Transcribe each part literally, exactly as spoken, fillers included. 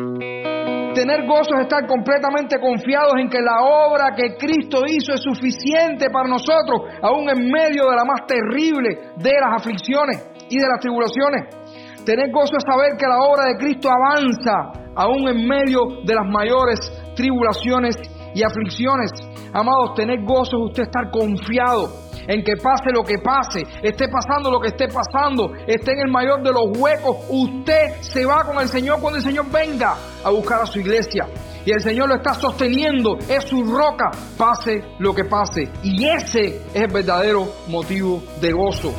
Tener gozo es estar completamente confiados en que la obra que Cristo hizo es suficiente para nosotros, aún en medio de la más terrible de las aflicciones y de las tribulaciones. Tener gozo es saber que la obra de Cristo avanza, aún en medio de las mayores tribulaciones y aflicciones. Amados, tener gozo es usted estar confiado en que pase lo que pase, esté pasando lo que esté pasando, esté en el mayor de los huecos, usted se va con el Señor cuando el Señor venga a buscar a su iglesia. Y el Señor lo está sosteniendo, es su roca, pase lo que pase. Y ese es el verdadero motivo de gozo.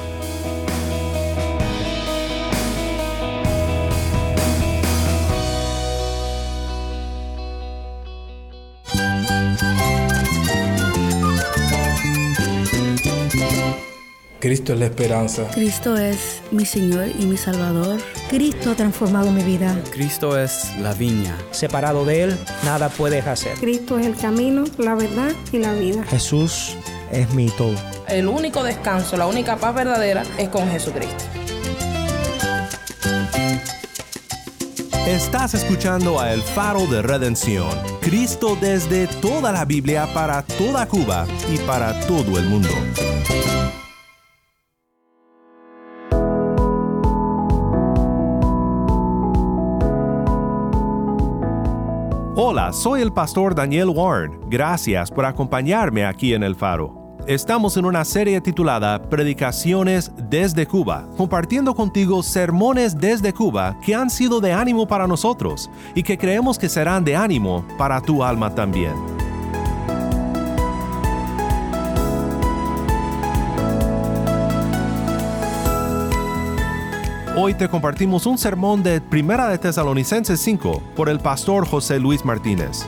Cristo es la esperanza. Cristo es mi Señor y mi Salvador. Cristo ha transformado mi vida. Cristo es la viña. Separado de Él, nada puedes hacer. Cristo es el camino, la verdad y la vida. Jesús es mi todo. El único descanso, la única paz verdadera es con Jesucristo. Estás escuchando a El Faro de Redención. Cristo desde toda la Biblia para toda Cuba y para todo el mundo. Hola, soy el pastor Daniel Warren. Gracias por acompañarme aquí en El Faro. Estamos en una serie titulada Predicaciones desde Cuba, compartiendo contigo sermones desde Cuba que han sido de ánimo para nosotros y que creemos que serán de ánimo para tu alma también. Hoy te compartimos un sermón de Primera de Tesalonicenses cinco por el pastor José Luis Martínez.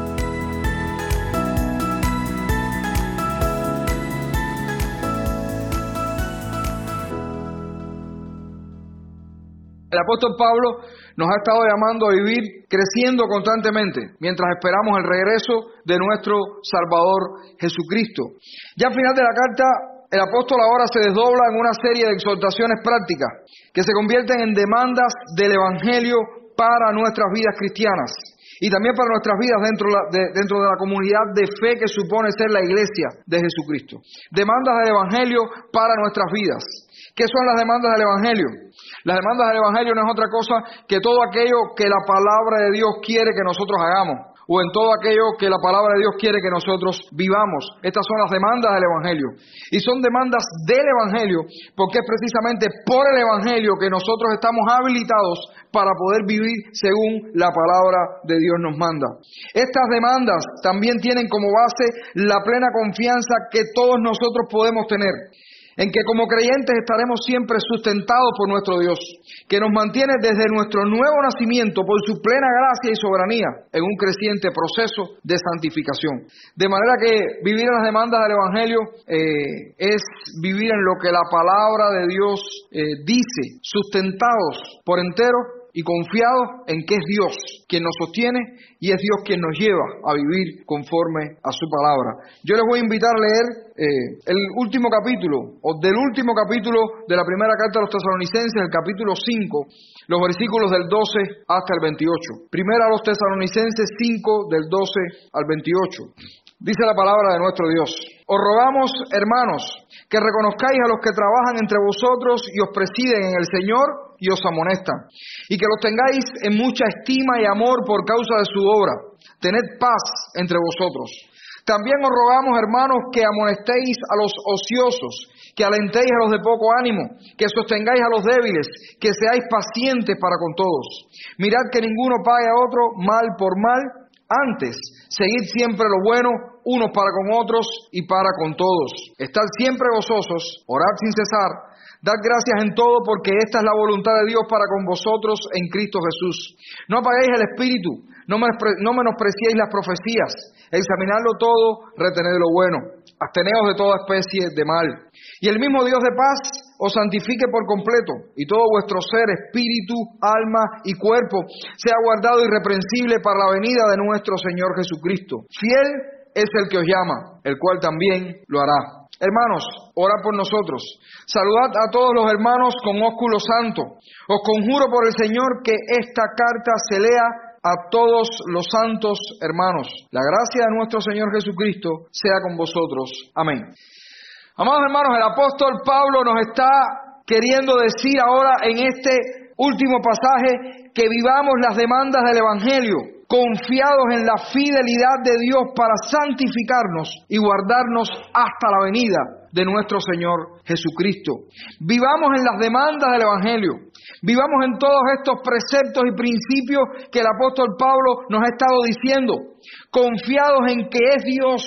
El apóstol Pablo nos ha estado llamando a vivir creciendo constantemente mientras esperamos el regreso de nuestro Salvador Jesucristo. Ya al final de la carta, el apóstol ahora se desdobla en una serie de exhortaciones prácticas que se convierten en demandas del Evangelio para nuestras vidas cristianas y también para nuestras vidas dentro de, la, de, dentro de la comunidad de fe que supone ser la iglesia de Jesucristo. Demandas del Evangelio para nuestras vidas. ¿Qué son las demandas del Evangelio? Las demandas del Evangelio no es otra cosa que todo aquello que la palabra de Dios quiere que nosotros hagamos, o en todo aquello que la palabra de Dios quiere que nosotros vivamos. Estas son las demandas del Evangelio. Y son demandas del Evangelio, porque es precisamente por el Evangelio que nosotros estamos habilitados para poder vivir según la palabra de Dios nos manda. Estas demandas también tienen como base la plena confianza que todos nosotros podemos tener, en que como creyentes estaremos siempre sustentados por nuestro Dios, que nos mantiene desde nuestro nuevo nacimiento por su plena gracia y soberanía en un creciente proceso de santificación. De manera que vivir en las demandas del Evangelio eh, es vivir en lo que la palabra de Dios eh, dice, sustentados por entero y confiados en que es Dios quien nos sostiene y es Dios quien nos lleva a vivir conforme a su palabra. Yo les voy a invitar a leer eh, el último capítulo, o del último capítulo de la primera carta a los Tesalonicenses, el capítulo cinco, los versículos del doce hasta el veintiocho. Primera a los Tesalonicenses cinco, del doce al veintiocho. Dice la palabra de nuestro Dios: os rogamos, hermanos, que reconozcáis a los que trabajan entre vosotros y os presiden en el Señor y os amonestan, y que los tengáis en mucha estima y amor por causa de su obra. Tened paz entre vosotros. También os rogamos, hermanos, que amonestéis a los ociosos, que alentéis a los de poco ánimo, que sostengáis a los débiles, que seáis pacientes para con todos. Mirad que ninguno pague a otro mal por mal. Antes, seguid siempre lo bueno, unos para con otros y para con todos. Estad siempre gozosos, orad sin cesar, dad gracias en todo, porque esta es la voluntad de Dios para con vosotros en Cristo Jesús. No apaguéis el espíritu, no menospreciéis las profecías, examinadlo todo, retened lo bueno, absteneos de toda especie de mal. Y el mismo Dios de paz os santifique por completo, y todo vuestro ser, espíritu, alma y cuerpo, sea guardado irreprensible para la venida de nuestro Señor Jesucristo. Fiel es el que os llama, el cual también lo hará. Hermanos, orad por nosotros. Saludad a todos los hermanos con ósculo santo. Os conjuro por el Señor que esta carta se lea a todos los santos hermanos. La gracia de nuestro Señor Jesucristo sea con vosotros. Amén. Amados hermanos, el apóstol Pablo nos está queriendo decir ahora en este último pasaje que vivamos las demandas del Evangelio, confiados en la fidelidad de Dios para santificarnos y guardarnos hasta la venida de nuestro Señor Jesucristo. Vivamos en las demandas del Evangelio. Vivamos en todos estos preceptos y principios que el apóstol Pablo nos ha estado diciendo, confiados en que es Dios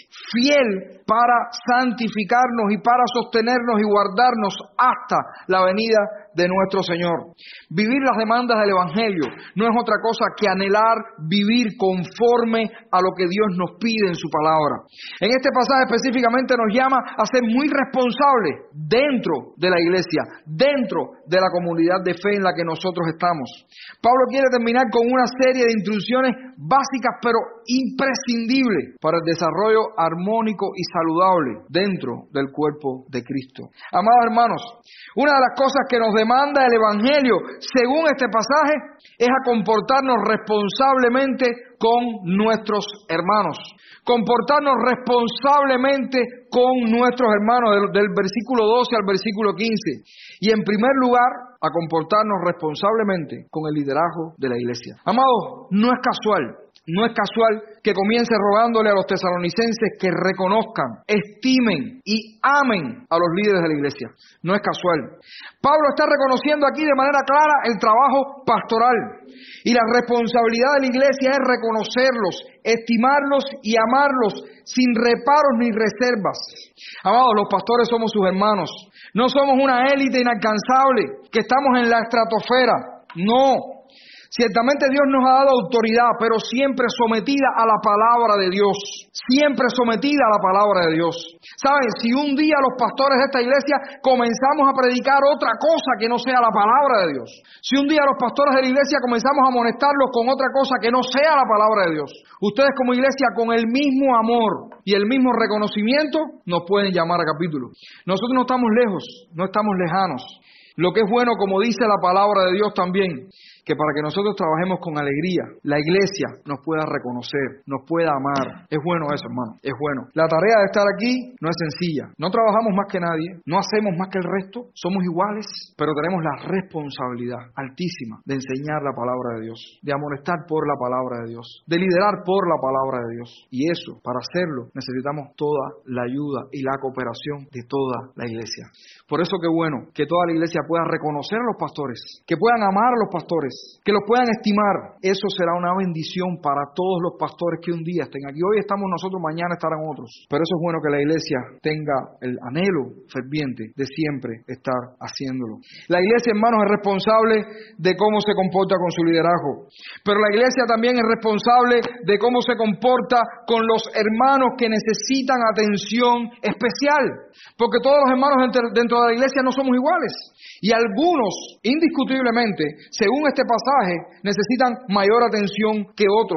fiel para santificarnos y para sostenernos y guardarnos hasta la venida de nuestro Señor. Vivir las demandas del Evangelio no es otra cosa que anhelar vivir conforme a lo que Dios nos pide en su palabra. En este pasaje específicamente nos llama a ser muy responsables dentro de la iglesia, dentro de la comunidad de fe en la que nosotros estamos. Pablo quiere terminar con una serie de instrucciones básicas pero imprescindibles para el desarrollo armónico y saludable dentro del cuerpo de Cristo. Amados hermanos, una de las cosas que nos demanda el Evangelio, según este pasaje, es a comportarnos responsablemente con nuestros hermanos. Comportarnos responsablemente con nuestros hermanos, del, del versículo doce al versículo quince. Y en primer lugar, a comportarnos responsablemente con el liderazgo de la iglesia. Amados, no es casual. No es casual que comience rogándole a los tesalonicenses que reconozcan, estimen y amen a los líderes de la iglesia. No es casual. Pablo está reconociendo aquí de manera clara el trabajo pastoral. Y la responsabilidad de la iglesia es reconocerlos, estimarlos y amarlos sin reparos ni reservas. Amados, los pastores somos sus hermanos. No somos una élite inalcanzable que estamos en la estratosfera. No. Ciertamente Dios nos ha dado autoridad, pero siempre sometida a la palabra de Dios. Siempre sometida a la palabra de Dios. ¿Saben? Si un día los pastores de esta iglesia comenzamos a predicar otra cosa que no sea la palabra de Dios. Si un día los pastores de la iglesia comenzamos a amonestarlos con otra cosa que no sea la palabra de Dios. Ustedes como iglesia con el mismo amor y el mismo reconocimiento nos pueden llamar a capítulo. Nosotros no estamos lejos, no estamos lejanos. Lo que es bueno, como dice la palabra de Dios también, que para que nosotros trabajemos con alegría, la iglesia nos pueda reconocer, nos pueda amar. Es bueno eso, hermano, es bueno. La tarea de estar aquí no es sencilla. No trabajamos más que nadie, no hacemos más que el resto, somos iguales, pero tenemos la responsabilidad altísima de enseñar la palabra de Dios, de amonestar por la palabra de Dios, de liderar por la palabra de Dios. Y eso, para hacerlo, necesitamos toda la ayuda y la cooperación de toda la iglesia. Por eso qué bueno que toda la iglesia pueda reconocer a los pastores, que puedan amar a los pastores, que los puedan estimar. Eso será una bendición para todos los pastores que un día estén aquí. Hoy estamos nosotros, mañana estarán otros. Pero eso es bueno que la iglesia tenga el anhelo ferviente de siempre estar haciéndolo. La iglesia, hermanos, es responsable de cómo se comporta con su liderazgo. Pero la iglesia también es responsable de cómo se comporta con los hermanos que necesitan atención especial. Porque todos los hermanos dentro de la iglesia no somos iguales. Y algunos, indiscutiblemente, según este pasaje, necesitan mayor atención que otros.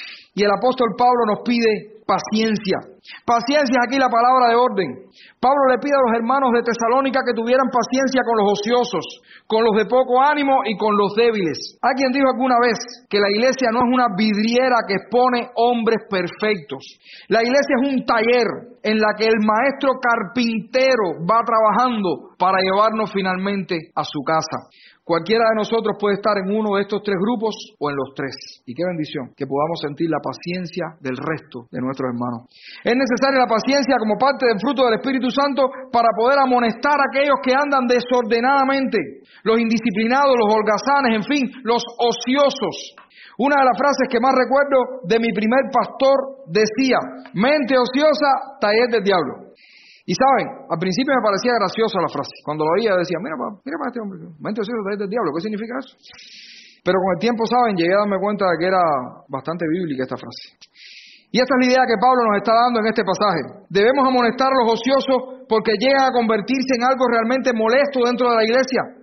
Y el apóstol Pablo nos pide paciencia. Paciencia es aquí la palabra de orden. Pablo le pide a los hermanos de Tesalónica que tuvieran paciencia con los ociosos, con los de poco ánimo y con los débiles. Alguien dijo alguna vez que la iglesia no es una vidriera que expone hombres perfectos. La iglesia es un taller en la que el maestro carpintero va trabajando para llevarnos finalmente a su casa. Cualquiera de nosotros puede estar en uno de estos tres grupos o en los tres. Y qué bendición que podamos sentir la paciencia del resto de nuestros hermanos. Es necesaria la paciencia como parte del fruto del Espíritu Santo para poder amonestar a aquellos que andan desordenadamente, los indisciplinados, los holgazanes, en fin, los ociosos. Una de las frases que más recuerdo de mi primer pastor decía: mente ociosa, taller del diablo. Y saben, al principio me parecía graciosa la frase. Cuando lo oía decía, mira, mira para este hombre, mente ociosa, taller del diablo. ¿Qué significa eso? Pero con el tiempo, saben, llegué a darme cuenta de que era bastante bíblica esta frase. Y esta es la idea que Pablo nos está dando en este pasaje. Debemos amonestar a los ociosos porque llegan a convertirse en algo realmente molesto dentro de la iglesia.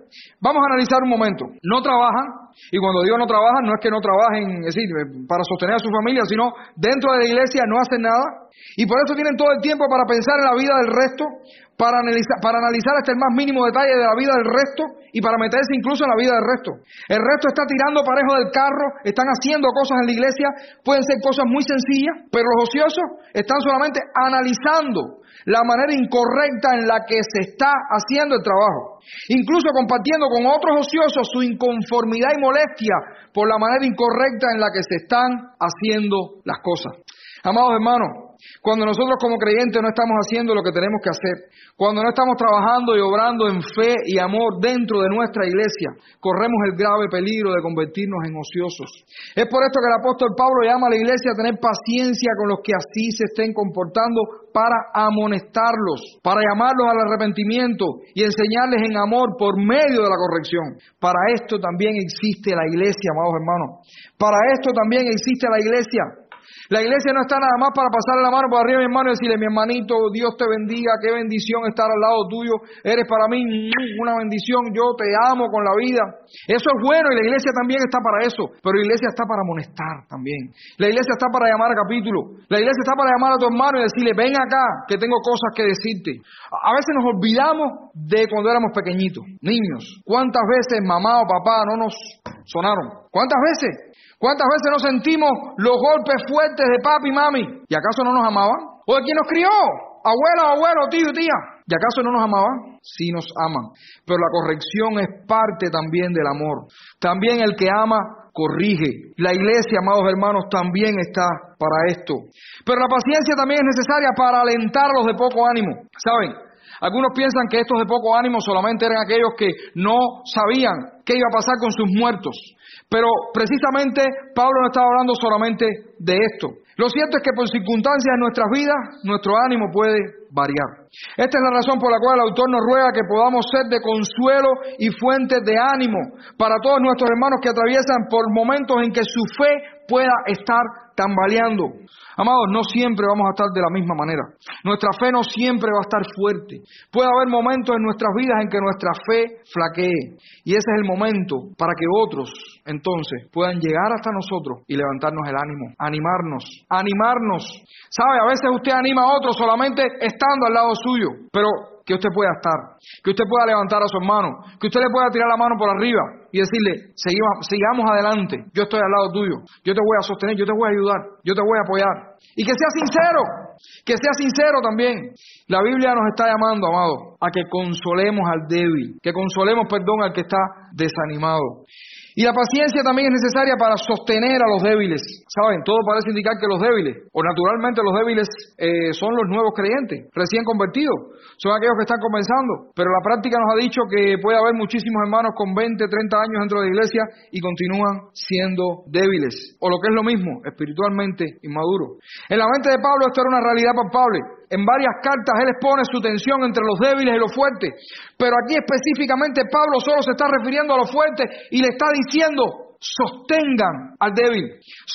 vamos a analizar un momento. No trabajan, y cuando digo no trabajan, no es que no trabajen, es decir, para sostener a su familia, sino dentro de la iglesia no hacen nada, y por eso tienen todo el tiempo para pensar en la vida del resto, para analizar, para analizar hasta el más mínimo detalle de la vida del resto y para meterse incluso en la vida del resto. El resto está tirando parejo del carro, están haciendo cosas en la iglesia, pueden ser cosas muy sencillas, pero los ociosos están solamente analizando la manera incorrecta en la que se está haciendo el trabajo. Incluso compartiendo con otros ociosos su inconformidad y molestia por la manera incorrecta en la que se están haciendo las cosas. Amados hermanos, cuando nosotros como creyentes no estamos haciendo lo que tenemos que hacer, cuando no estamos trabajando y obrando en fe y amor dentro de nuestra iglesia, corremos el grave peligro de convertirnos en ociosos. Es por esto que el apóstol Pablo llama a la iglesia a tener paciencia con los que así se estén comportando para amonestarlos, para llamarlos al arrepentimiento y enseñarles en amor por medio de la corrección. Para esto también existe la iglesia, amados hermanos. Para esto también existe la iglesia. La iglesia no está nada más para pasarle la mano por arriba a mi hermano y decirle, mi hermanito, Dios te bendiga, qué bendición estar al lado tuyo, eres para mí una bendición, yo te amo con la vida. Eso es bueno y la iglesia también está para eso, pero la iglesia está para amonestar también. La iglesia está para llamar a capítulo, la iglesia está para llamar a tu hermano y decirle, ven acá, que tengo cosas que decirte. A veces nos olvidamos de cuando éramos pequeñitos, niños. ¿Cuántas veces mamá o papá no nos sonaron? ¿Cuántas veces? ¿Cuántas veces nos sentimos los golpes fuertes de papi y mami? ¿Y acaso no nos amaban? ¿O de quién nos crió? Abuela, abuelo, tío, tía. ¿Y acaso no nos amaban? Sí nos aman. Pero la corrección es parte también del amor. También el que ama corrige. La iglesia, amados hermanos, también está para esto. Pero la paciencia también es necesaria para alentar a los de poco ánimo. ¿Saben? Algunos piensan que estos de poco ánimo solamente eran aquellos que no sabían qué iba a pasar con sus muertos. Pero precisamente Pablo no estaba hablando solamente de esto. Lo cierto es que por circunstancias en nuestras vidas, nuestro ánimo puede variar. Esta es la razón por la cual el autor nos ruega que podamos ser de consuelo y fuentes de ánimo para todos nuestros hermanos que atraviesan por momentos en que su fe pueda estar tambaleando. Amados, no siempre vamos a estar de la misma manera. Nuestra fe no siempre va a estar fuerte. Puede haber momentos en nuestras vidas en que nuestra fe flaquee. Y ese es el momento para que otros, entonces, puedan llegar hasta nosotros y levantarnos el ánimo, animarnos, animarnos. ¿Sabe? A veces usted anima a otros solamente estando al lado suyo, pero que usted pueda estar, que usted pueda levantar a su hermano, que usted le pueda tirar la mano por arriba y decirle, sigamos, sigamos adelante, yo estoy al lado tuyo, yo te voy a sostener, yo te voy a ayudar, yo te voy a apoyar. Y que sea sincero, que sea sincero también. La Biblia nos está llamando, amados, a que consolemos al débil, que consolemos, perdón, al que está desanimado. Y la paciencia también es necesaria para sostener a los débiles. ¿Saben? Todo parece indicar que los débiles, o naturalmente los débiles, eh, son los nuevos creyentes, recién convertidos. Son aquellos que están comenzando. Pero la práctica nos ha dicho que puede haber muchísimos hermanos con veinte, treinta años dentro de la iglesia y continúan siendo débiles. O lo que es lo mismo, espiritualmente inmaduros. En la mente de Pablo esto era una realidad palpable. En varias cartas él expone su tensión entre los débiles y los fuertes. Pero aquí específicamente Pablo solo se está refiriendo a los fuertes y le está diciendo, sostengan al débil.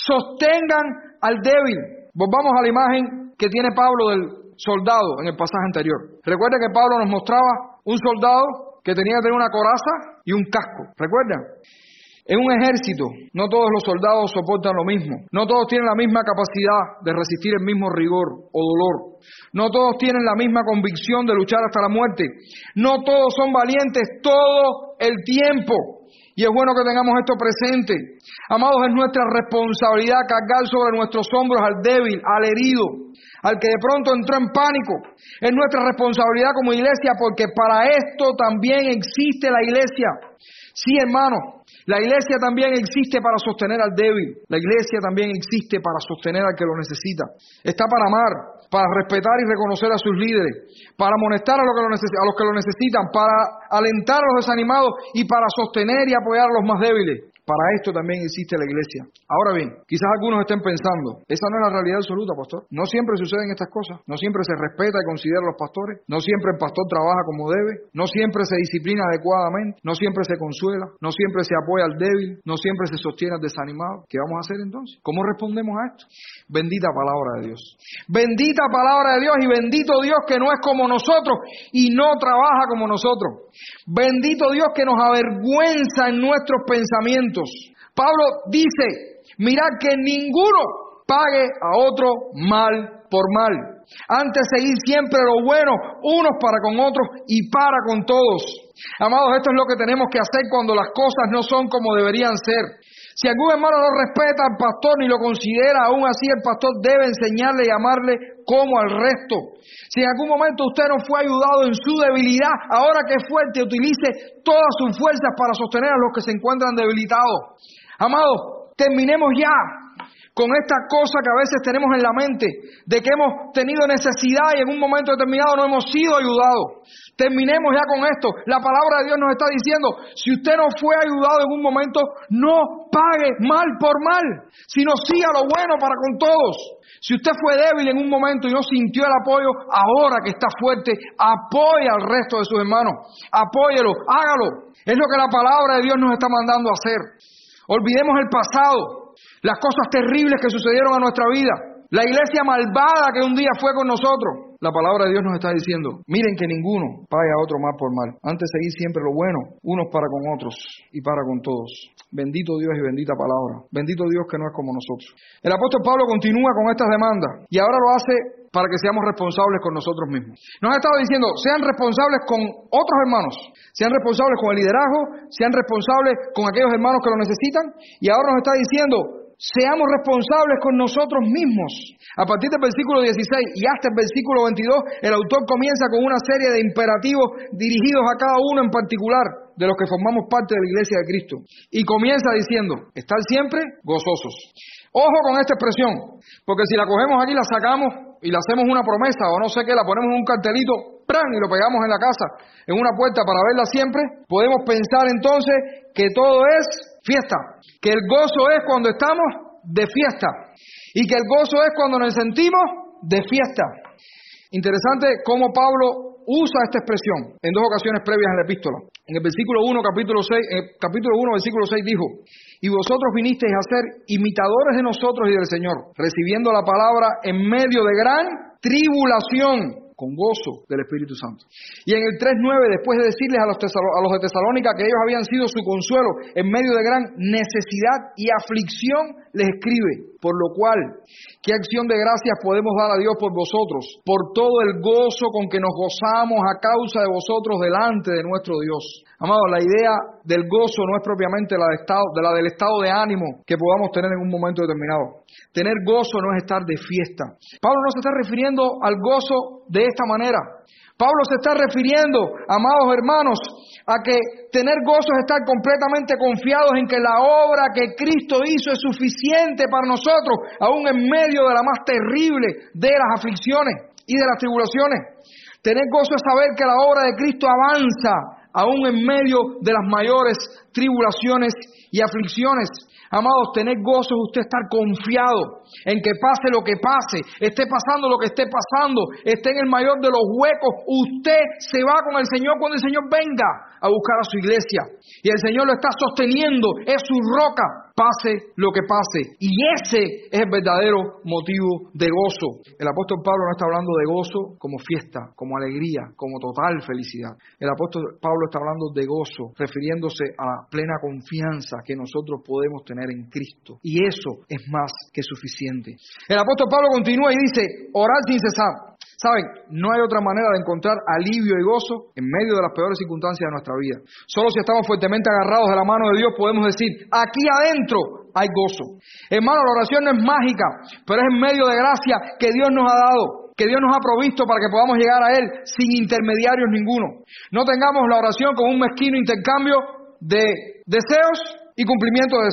Sostengan al débil. Volvamos a la imagen que tiene Pablo del soldado en el pasaje anterior. Recuerda que Pablo nos mostraba un soldado que tenía que tener una coraza y un casco. ¿Recuerdan? En un ejército, no todos los soldados soportan lo mismo. No todos tienen la misma capacidad de resistir el mismo rigor o dolor. No todos tienen la misma convicción de luchar hasta la muerte. No todos son valientes todo el tiempo. Y es bueno que tengamos esto presente. Amados, es nuestra responsabilidad cargar sobre nuestros hombros al débil, al herido, al que de pronto entró en pánico. Es nuestra responsabilidad como iglesia porque para esto también existe la iglesia. Sí, hermano, la iglesia también existe para sostener al débil. La iglesia también existe para sostener al que lo necesita. Está para amar, para respetar y reconocer a sus líderes, para amonestar a los que lo, neces- a los que lo necesitan, para alentar a los desanimados y para sostener y apoyar a los más débiles. Para esto también existe la iglesia. Ahora bien, quizás algunos estén pensando, esa no es la realidad absoluta, pastor. No siempre suceden estas cosas. No siempre se respeta y considera a los pastores. No siempre el pastor trabaja como debe. No siempre se disciplina adecuadamente. No siempre se consuela. No siempre se apoya al débil. No siempre se sostiene al desanimado. ¿Qué vamos a hacer entonces? ¿Cómo respondemos a esto? Bendita palabra de Dios. Bendita palabra de Dios y bendito Dios que no es como nosotros y no trabaja como nosotros. Bendito Dios que nos avergüenza en nuestros pensamientos. Pablo dice, mirad que ninguno pague a otro mal por mal. Antes seguir siempre lo bueno, unos para con otros y para con todos. Amados, esto es lo que tenemos que hacer cuando las cosas no son como deberían ser. Si algún hermano no respeta al pastor ni lo considera, aún así el pastor debe enseñarle y amarle como al resto. Si en algún momento usted no fue ayudado en su debilidad, ahora que es fuerte, utilice todas sus fuerzas para sostener a los que se encuentran debilitados. Amados, terminemos ya con esta cosa que a veces tenemos en la mente, de que hemos tenido necesidad y en un momento determinado no hemos sido ayudados. Terminemos ya con esto. La palabra de Dios nos está diciendo, si usted no fue ayudado en un momento, no pague mal por mal, sino siga lo bueno para con todos. Si usted fue débil en un momento y no sintió el apoyo, ahora que está fuerte, apoye al resto de sus hermanos. Apóyelo, hágalo. Es lo que la palabra de Dios nos está mandando a hacer. Olvidemos el pasado, las cosas terribles que sucedieron a nuestra vida, la iglesia malvada que un día fue con nosotros. La palabra de Dios nos está diciendo, miren que ninguno pague a otro mal por mal. Antes seguir siempre lo bueno, unos para con otros y para con todos. Bendito Dios y bendita palabra. Bendito Dios que no es como nosotros. El apóstol Pablo continúa con estas demandas y ahora lo hace para que seamos responsables con nosotros mismos. Nos ha estado diciendo, sean responsables con otros hermanos, sean responsables con el liderazgo, sean responsables con aquellos hermanos que lo necesitan, y ahora nos está diciendo, seamos responsables con nosotros mismos. A partir del versículo dieciséis y hasta el versículo veintidós, el autor comienza con una serie de imperativos dirigidos a cada uno en particular de los que formamos parte de la iglesia de Cristo. Y comienza diciendo, estar siempre gozosos. Ojo con esta expresión, porque si la cogemos aquí, la sacamos y le hacemos una promesa o no sé qué, la ponemos en un cartelito, ¡pran!, y lo pegamos en la casa, en una puerta para verla siempre, podemos pensar entonces que todo es fiesta, que el gozo es cuando estamos de fiesta y que el gozo es cuando nos sentimos de fiesta. Interesante cómo Pablo usa esta expresión en dos ocasiones previas en la epístola. En el versículo uno, capítulo seis, en el capítulo uno, versículo seis dijo, y vosotros vinisteis a ser imitadores de nosotros y del Señor, recibiendo la palabra en medio de gran tribulación, con gozo del Espíritu Santo. Y en el tres nueve, después de decirles a los, a los de Tesalónica que ellos habían sido su consuelo en medio de gran necesidad y aflicción, les escribe, por lo cual, ¿qué acción de gracias podemos dar a Dios por vosotros? Por todo el gozo con que nos gozamos a causa de vosotros delante de nuestro Dios. Amados, la idea del gozo no es propiamente la, de estado, de la del estado de ánimo que podamos tener en un momento determinado. Tener gozo no es estar de fiesta. Pablo no se está refiriendo al gozo de esta manera. Pablo se está refiriendo, amados hermanos, a que tener gozo es estar completamente confiados en que la obra que Cristo hizo es suficiente para nosotros, aún en medio de la más terrible de las aflicciones y de las tribulaciones. Tener gozo es saber que la obra de Cristo avanza, aún en medio de las mayores tribulaciones y aflicciones. Amados, tener gozo es usted estar confiado en que pase lo que pase, esté pasando lo que esté pasando, esté en el mayor de los huecos, usted se va con el Señor cuando el Señor venga a buscar a su iglesia. Y el Señor lo está sosteniendo, es su roca, pase lo que pase. Y ese es el verdadero motivo de gozo. El apóstol Pablo no está hablando de gozo como fiesta, como alegría, como total felicidad. El apóstol Pablo está hablando de gozo, refiriéndose a la plena confianza que nosotros podemos tener en Cristo. Y eso es más que suficiente. El apóstol Pablo continúa y dice, orad sin cesar. Saben, no hay otra manera de encontrar alivio y gozo en medio de las peores circunstancias de nuestra vida. Solo si estamos fuertemente agarrados de la mano de Dios podemos decir, aquí adentro hay gozo. Hermano, la oración no es mágica, pero es en medio de gracia que Dios nos ha dado, que Dios nos ha provisto para que podamos llegar a Él sin intermediarios ninguno. No tengamos la oración como un mezquino intercambio de deseos y cumplimiento de deseos.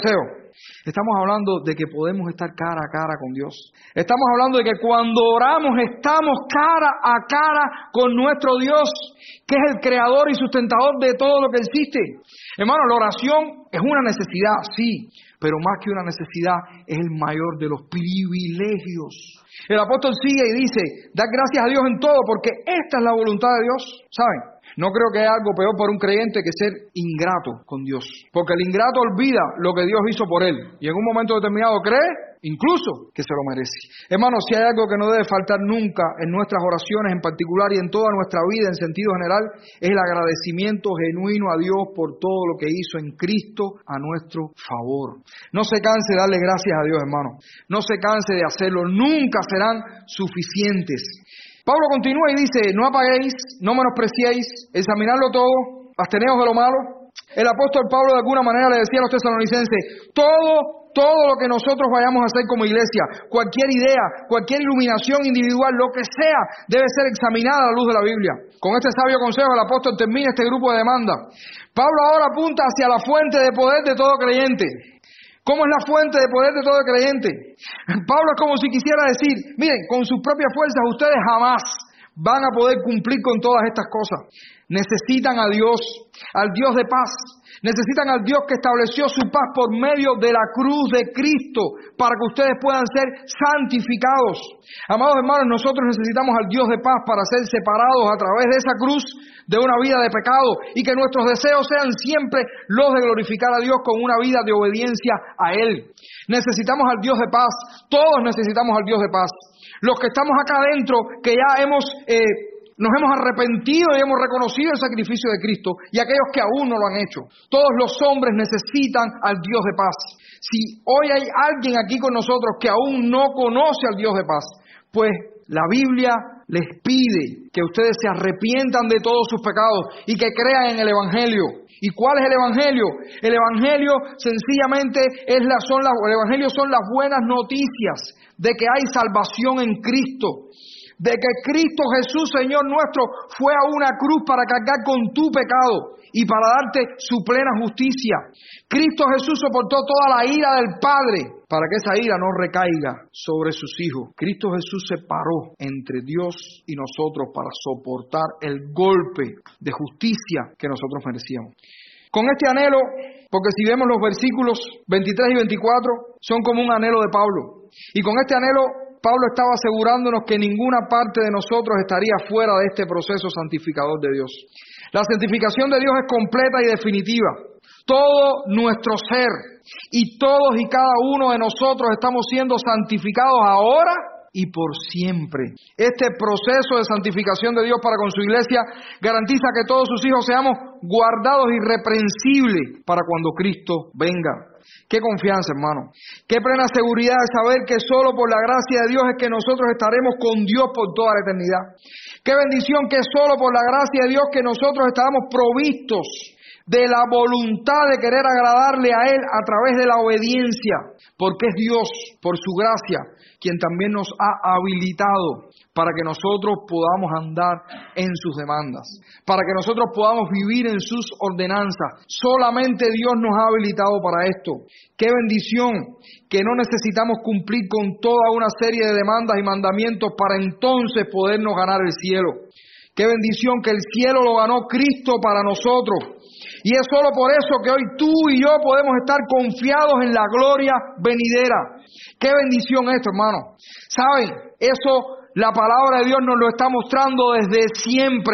Estamos hablando de que podemos estar cara a cara con Dios. Estamos hablando de que cuando oramos estamos cara a cara con nuestro Dios, que es el creador y sustentador de todo lo que existe. Hermano, la oración es una necesidad, sí, pero más que una necesidad, es el mayor de los privilegios. El apóstol sigue y dice, dad gracias a Dios en todo, porque esta es la voluntad de Dios. ¿Saben? No creo que haya algo peor para un creyente que ser ingrato con Dios. Porque el ingrato olvida lo que Dios hizo por él. Y en un momento determinado cree, incluso, que se lo merece. Hermanos, si hay algo que no debe faltar nunca en nuestras oraciones en particular y en toda nuestra vida en sentido general, es el agradecimiento genuino a Dios por todo lo que hizo en Cristo a nuestro favor. No se canse de darle gracias a Dios, hermano. No se canse de hacerlo. Nunca serán suficientes. Pablo continúa y dice, no apaguéis, no menospreciéis, examinadlo todo, absteneos de lo malo. El apóstol Pablo de alguna manera le decía a los tesalonicenses, todo, todo lo que nosotros vayamos a hacer como iglesia, cualquier idea, cualquier iluminación individual, lo que sea, debe ser examinada a la luz de la Biblia. Con este sabio consejo el apóstol termina este grupo de demanda. Pablo ahora apunta hacia la fuente de poder de todo creyente. ¿Cómo es la fuente de poder de todo creyente? Pablo es como si quisiera decir, miren, con sus propias fuerzas ustedes jamás van a poder cumplir con todas estas cosas. Necesitan a Dios, al Dios de paz. Necesitan al Dios que estableció su paz por medio de la cruz de Cristo para que ustedes puedan ser santificados. Amados hermanos, nosotros necesitamos al Dios de paz para ser separados a través de esa cruz de una vida de pecado y que nuestros deseos sean siempre los de glorificar a Dios con una vida de obediencia a Él. Necesitamos al Dios de paz. Todos necesitamos al Dios de paz. Los que estamos acá adentro, que ya hemos... Eh, Nos hemos arrepentido y hemos reconocido el sacrificio de Cristo y aquellos que aún no lo han hecho. Todos los hombres necesitan al Dios de paz. Si hoy hay alguien aquí con nosotros que aún no conoce al Dios de paz, pues la Biblia les pide que ustedes se arrepientan de todos sus pecados y que crean en el Evangelio. ¿Y cuál es el Evangelio? El Evangelio sencillamente es la, son las, el Evangelio son las buenas noticias de que hay salvación en Cristo. De que Cristo Jesús, Señor nuestro, fue a una cruz para cargar con tu pecado y para darte su plena justicia. Cristo Jesús soportó toda la ira del Padre para que esa ira no recaiga sobre sus hijos. Cristo Jesús se paró entre Dios y nosotros para soportar el golpe de justicia que nosotros merecíamos. Con este anhelo, porque si vemos los versículos veintitrés y veinticuatro, son como un anhelo de Pablo. Y con este anhelo, Pablo estaba asegurándonos que ninguna parte de nosotros estaría fuera de este proceso santificador de Dios. La santificación de Dios es completa y definitiva. Todo nuestro ser y todos y cada uno de nosotros estamos siendo santificados ahora y por siempre. Este proceso de santificación de Dios para con su iglesia garantiza que todos sus hijos seamos guardados irreprensibles para cuando Cristo venga. Qué confianza, hermano. Qué plena seguridad de saber que solo por la gracia de Dios es que nosotros estaremos con Dios por toda la eternidad. Qué bendición que solo por la gracia de Dios que nosotros estaremos provistos de la voluntad de querer agradarle a Él a través de la obediencia, porque es Dios, por su gracia, quien también nos ha habilitado para que nosotros podamos andar en sus demandas, para que nosotros podamos vivir en sus ordenanzas. Solamente Dios nos ha habilitado para esto. ¡Qué bendición! Que no necesitamos cumplir con toda una serie de demandas y mandamientos para entonces podernos ganar el cielo. ¡Qué bendición que el cielo lo ganó Cristo para nosotros! Y es solo por eso que hoy tú y yo podemos estar confiados en la gloria venidera. ¡Qué bendición esto, hermano! ¿Saben? Eso la palabra de Dios nos lo está mostrando desde siempre.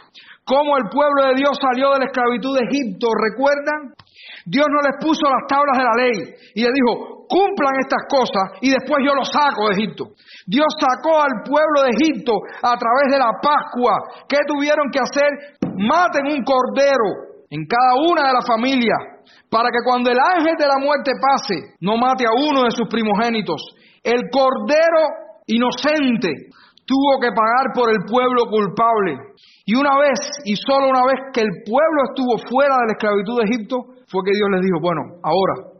Cómo el pueblo de Dios salió de la esclavitud de Egipto, ¿recuerdan? Dios no les puso las tablas de la ley y les dijo, cumplan estas cosas y después yo los saco de Egipto. Dios sacó al pueblo de Egipto a través de la Pascua. ¿Qué tuvieron que hacer? Maten un cordero en cada una de las familias, para que cuando el ángel de la muerte pase, no mate a uno de sus primogénitos. El cordero inocente tuvo que pagar por el pueblo culpable. Y una vez, y solo una vez que el pueblo estuvo fuera de la esclavitud de Egipto, fue que Dios les dijo, bueno, ahora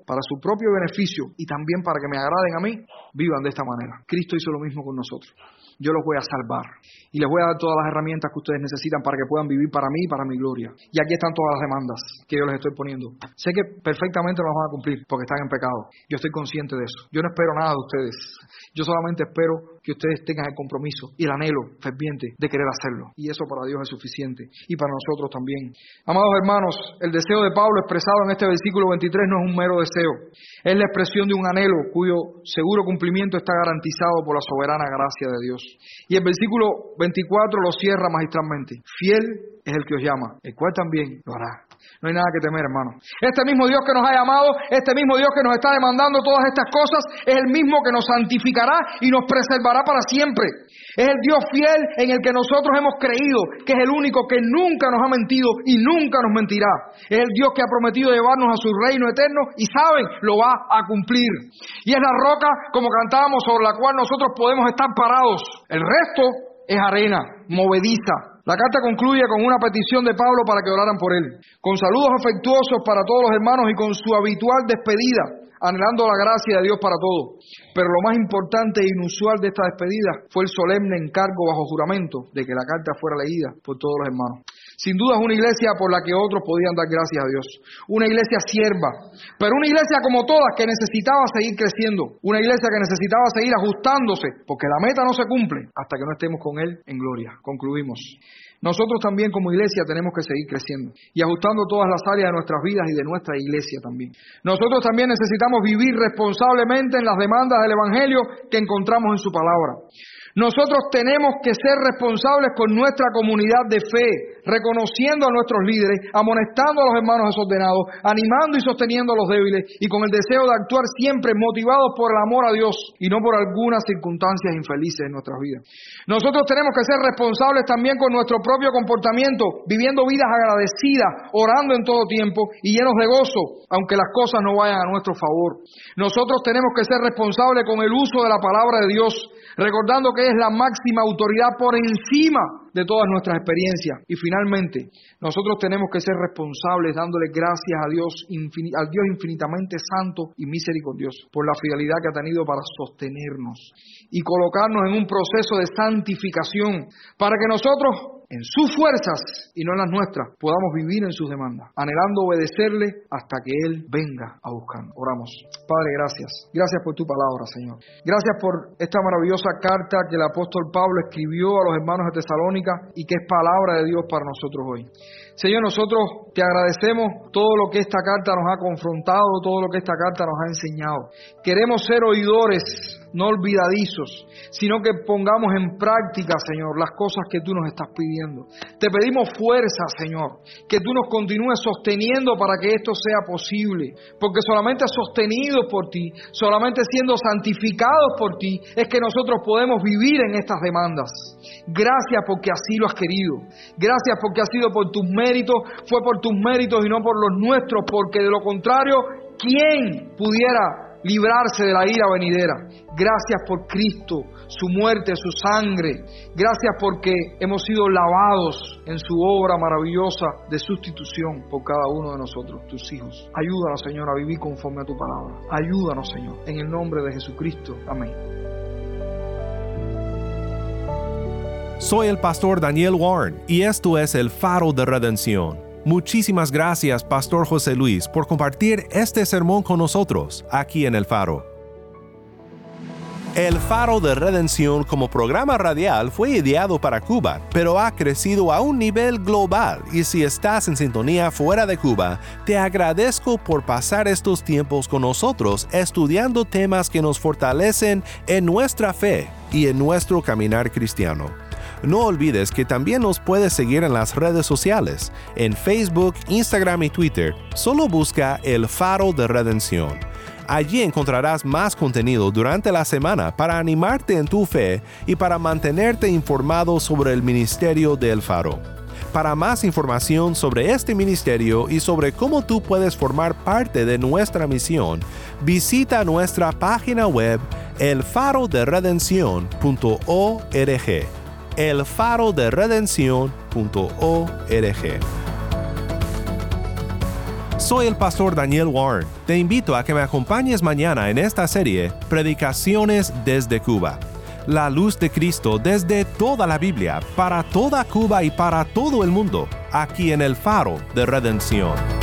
para su propio beneficio y también para que me agraden a mí, vivan de esta manera. Cristo hizo lo mismo con nosotros. Yo los voy a salvar y les voy a dar todas las herramientas que ustedes necesitan para que puedan vivir para mí y para mi gloria. Y aquí están todas las demandas que yo les estoy poniendo. Sé que perfectamente no las van a cumplir porque están en pecado. Yo estoy consciente de eso. Yo no espero nada de ustedes. Yo solamente espero que ustedes tengan el compromiso y el anhelo ferviente de querer hacerlo. Y eso para Dios es suficiente y para nosotros también. Amados hermanos, el deseo de Pablo expresado en este versículo veintitrés no es un mero deseo. Es la expresión de un anhelo cuyo seguro cumplimiento está garantizado por la soberana gracia de Dios. Y el versículo veinticuatro lo cierra magistralmente. Fiel es el que os llama, el cual también lo hará. No hay nada que temer, hermano. Este mismo Dios que nos ha llamado, este mismo Dios que nos está demandando todas estas cosas, es el mismo que nos santificará y nos preservará para siempre. Es el Dios fiel en el que nosotros hemos creído, que es el único que nunca nos ha mentido y nunca nos mentirá. Es el Dios que ha prometido llevarnos a su reino eterno y, saben, lo va a cumplir. Y es la roca, como cantábamos, sobre la cual nosotros podemos estar parados. El resto es arena, movediza. La carta concluye con una petición de Pablo para que oraran por él, con saludos afectuosos para todos los hermanos y con su habitual despedida, anhelando la gracia de Dios para todos. Pero lo más importante e inusual de esta despedida fue el solemne encargo bajo juramento de que la carta fuera leída por todos los hermanos. Sin duda es una iglesia por la que otros podían dar gracias a Dios. Una iglesia sierva, pero una iglesia como todas que necesitaba seguir creciendo. Una iglesia que necesitaba seguir ajustándose, porque la meta no se cumple hasta que no estemos con Él en gloria. Concluimos. Nosotros también como iglesia tenemos que seguir creciendo y ajustando todas las áreas de nuestras vidas y de nuestra iglesia también. Nosotros también necesitamos vivir responsablemente en las demandas del Evangelio que encontramos en su palabra. Nosotros tenemos que ser responsables con nuestra comunidad de fe, reconociendo a nuestros líderes, amonestando a los hermanos desordenados, animando y sosteniendo a los débiles y con el deseo de actuar siempre motivados por el amor a Dios y no por algunas circunstancias infelices en nuestras vidas. Nosotros tenemos que ser responsables también con nuestro propio comportamiento, viviendo vidas agradecidas, orando en todo tiempo y llenos de gozo, aunque las cosas no vayan a nuestro favor. Nosotros tenemos que ser responsables con el uso de la palabra de Dios, recordando que es la máxima autoridad por encima de todas nuestras experiencias. Y finalmente, nosotros tenemos que ser responsables dándole gracias a Dios, al Dios infinitamente santo y misericordioso por la fidelidad que ha tenido para sostenernos y colocarnos en un proceso de santificación para que nosotros, en sus fuerzas y no en las nuestras, podamos vivir en sus demandas, anhelando obedecerle hasta que Él venga a buscarnos. Oramos. Padre, gracias. Gracias por tu palabra, Señor. Gracias por esta maravillosa carta que el apóstol Pablo escribió a los hermanos de Tesalónica y que es palabra de Dios para nosotros hoy. Señor, nosotros te agradecemos todo lo que esta carta nos ha confrontado, todo lo que esta carta nos ha enseñado. Queremos ser oidores, no olvidadizos, sino que pongamos en práctica, Señor, las cosas que tú nos estás pidiendo. Te pedimos fuerza, Señor, que tú nos continúes sosteniendo para que esto sea posible, porque solamente sostenidos por ti, solamente siendo santificados por ti, es que nosotros podemos vivir en estas demandas. Gracias porque así lo has querido. Gracias porque ha sido por tus méritos, fue por tus méritos y no por los nuestros, porque de lo contrario, ¿quién pudiera librarse de la ira venidera? Gracias por Cristo, su muerte, su sangre. Gracias porque hemos sido lavados en su obra maravillosa de sustitución por cada uno de nosotros, tus hijos. Ayúdanos, Señor, a vivir conforme a tu palabra. Ayúdanos, Señor, en el nombre de Jesucristo. Amén. Soy el pastor Daniel Warren y esto es El Faro de Redención. Muchísimas gracias, Pastor José Luis, por compartir este sermón con nosotros aquí en El Faro. El Faro de Redención como programa radial fue ideado para Cuba, pero ha crecido a un nivel global y si estás en sintonía fuera de Cuba, te agradezco por pasar estos tiempos con nosotros estudiando temas que nos fortalecen en nuestra fe y en nuestro caminar cristiano. No olvides que también nos puedes seguir en las redes sociales, en Facebook, Instagram y Twitter. Solo busca El Faro de Redención. Allí encontrarás más contenido durante la semana para animarte en tu fe y para mantenerte informado sobre el ministerio de El Faro. Para más información sobre este ministerio y sobre cómo tú puedes formar parte de nuestra misión, visita nuestra página web el faro de redención punto org. el faro de redención punto org. Soy el pastor Daniel Warren. Te invito a que me acompañes mañana en esta serie Predicaciones desde Cuba. La luz de Cristo desde toda la Biblia, para toda Cuba y para todo el mundo, aquí en el Faro de Redención.